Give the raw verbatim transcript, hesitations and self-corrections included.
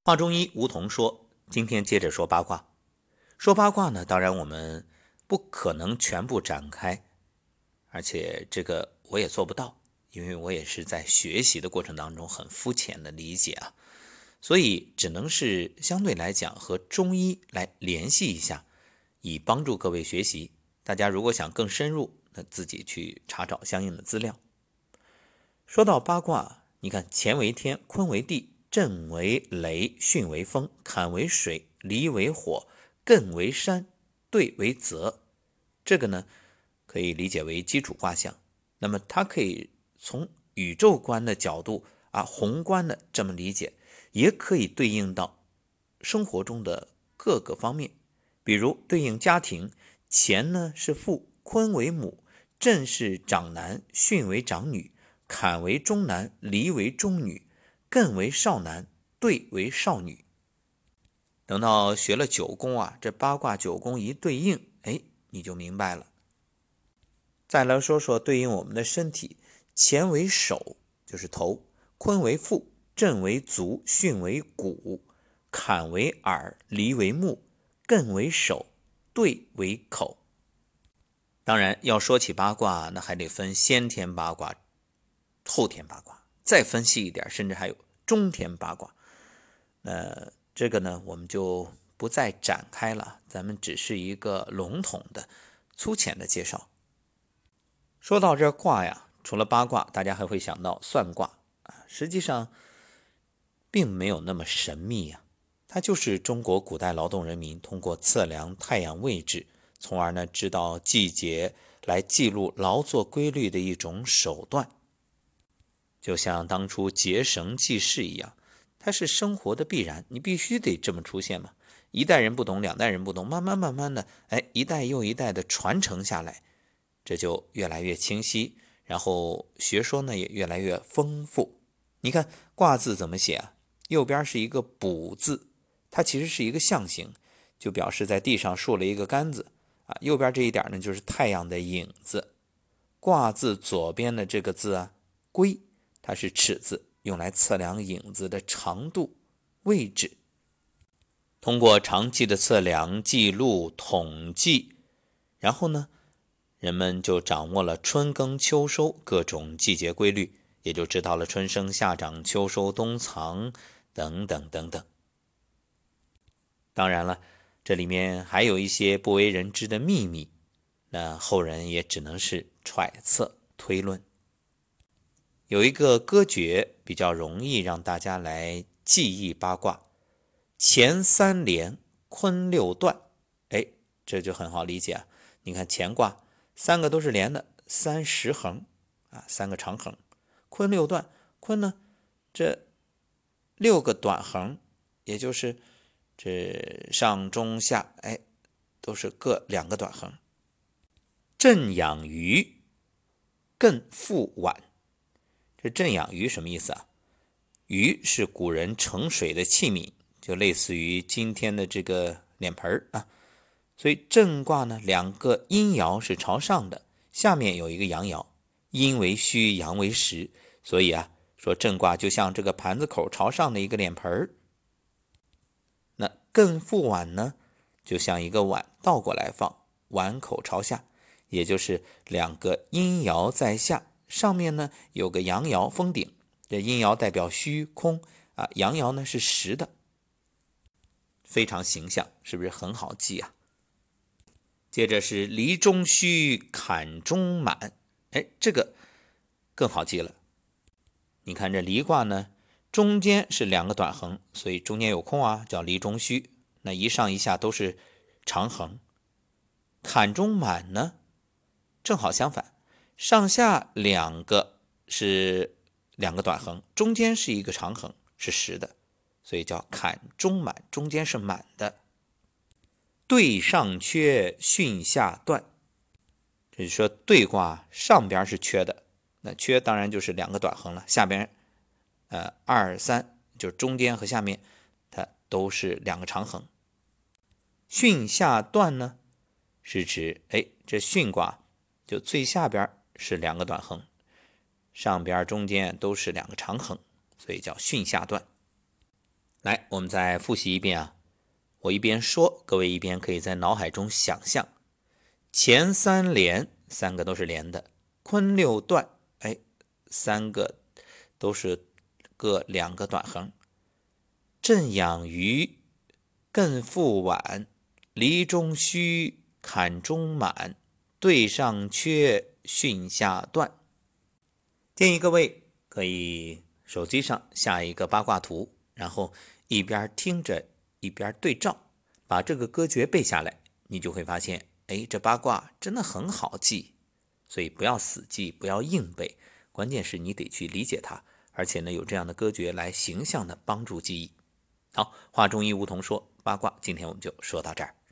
话中医，梧桐说，今天接着说八卦。说八卦呢，当然我们不可能全部展开，而且这个我也做不到，因为我也是在学习的过程当中很肤浅的理解啊，所以只能是相对来讲和中医来联系一下，以帮助各位学习。大家如果想更深入，那自己去查找相应的资料。说到八卦，你看乾为天，坤为地，震为雷，巽为风，坎为水，离为火，艮为山，兑为泽。这个呢，可以理解为基础卦象。那么它可以从宇宙观的角度啊，宏观的这么理解，也可以对应到生活中的各个方面。比如对应家庭，乾呢是父，坤为母，震是长男，巽为长女，坎为中男，离为中女，艮为少男，兑为少女。等到学了九宫啊，这八卦九宫一对应，哎，你就明白了。再来说说对应我们的身体，乾为手，就是头，坤为腹，震为足，巽为骨，坎为耳，离为目，艮为手，兑为口。当然要说起八卦，那还得分先天八卦、后天八卦，再分析一点，甚至还有中天八卦。那这个呢，我们就不再展开了，咱们只是一个笼统的、粗浅的介绍。说到这卦呀，除了八卦，大家还会想到算卦啊，实际上并没有那么神秘呀、啊，它就是中国古代劳动人民通过测量太阳位置，从而呢知道季节，来记录劳作规律的一种手段。就像当初结绳记事一样，它是生活的必然，你必须得这么出现嘛。一代人不懂，两代人不懂，慢慢慢慢的，哎，一代又一代的传承下来，这就越来越清晰，然后学说呢也越来越丰富。你看卦字怎么写啊？右边是一个卜字，它其实是一个象形，就表示在地上竖了一个杆子啊。右边这一点呢，就是太阳的影子。卦字左边的这个字啊，龟，它是尺字，用来测量影子的长度、位置。通过长期的测量、记录、统计，然后呢，人们就掌握了春耕秋收各种季节规律，也就知道了春生夏长秋收冬藏等等等等。当然了，这里面还有一些不为人知的秘密，那后人也只能是揣测推论。有一个歌诀比较容易让大家来记忆八卦，乾三连，坤六断。哎，这就很好理解啊。你看乾卦三个都是连的，三十横啊，三个长横。坤六断，坤呢这六个短横，也就是这上中下，哎，都是各两个短横。震养鱼，艮复碗。这震养鱼什么意思啊？鱼是古人盛水的器皿，就类似于今天的这个脸盆啊。所以震卦呢，两个阴爻是朝上的，下面有一个阳爻，阴为虚，阳为实，所以啊，说震卦就像这个盘子口朝上的一个脸盆。那艮复碗呢，就像一个碗倒过来放，碗口朝下，也就是两个阴爻在下，上面呢有个阳爻封顶，这阴爻代表虚空啊，阳爻呢是实的，非常形象，是不是很好记啊？接着是离中虚，坎中满，哎，这个更好记了。你看这离卦呢，中间是两个短横，所以中间有空啊，叫离中虚。那一上一下都是长横。坎中满呢，正好相反，上下两个是两个短横，中间是一个长横，是实的，所以叫坎中满，中间是满的。兑上缺，巽下断。这就是说兑卦上边是缺的，那缺当然就是两个短横了，下边呃二三就是中间和下面它都是两个长横。巽下断呢，是指哎这巽卦就最下边是两个短横，上边中间都是两个长横，所以叫巽下断。 来，我们再复习一遍啊。我一边说，各位一边可以在脑海中想象，前三连，三个都是连的，坤六断，哎，三个都是各两个短横，震养鱼，艮复碗，离中虚，坎中满，对上缺，巽下断。建议各位可以手机上下一个八卦图，然后一边听着一边对照，把这个歌诀背下来，你就会发现，哎，这八卦真的很好记。所以不要死记，不要硬背，关键是你得去理解它，而且呢，有这样的歌诀来形象的帮助记忆。好，话中医梧桐说八卦，今天我们就说到这儿。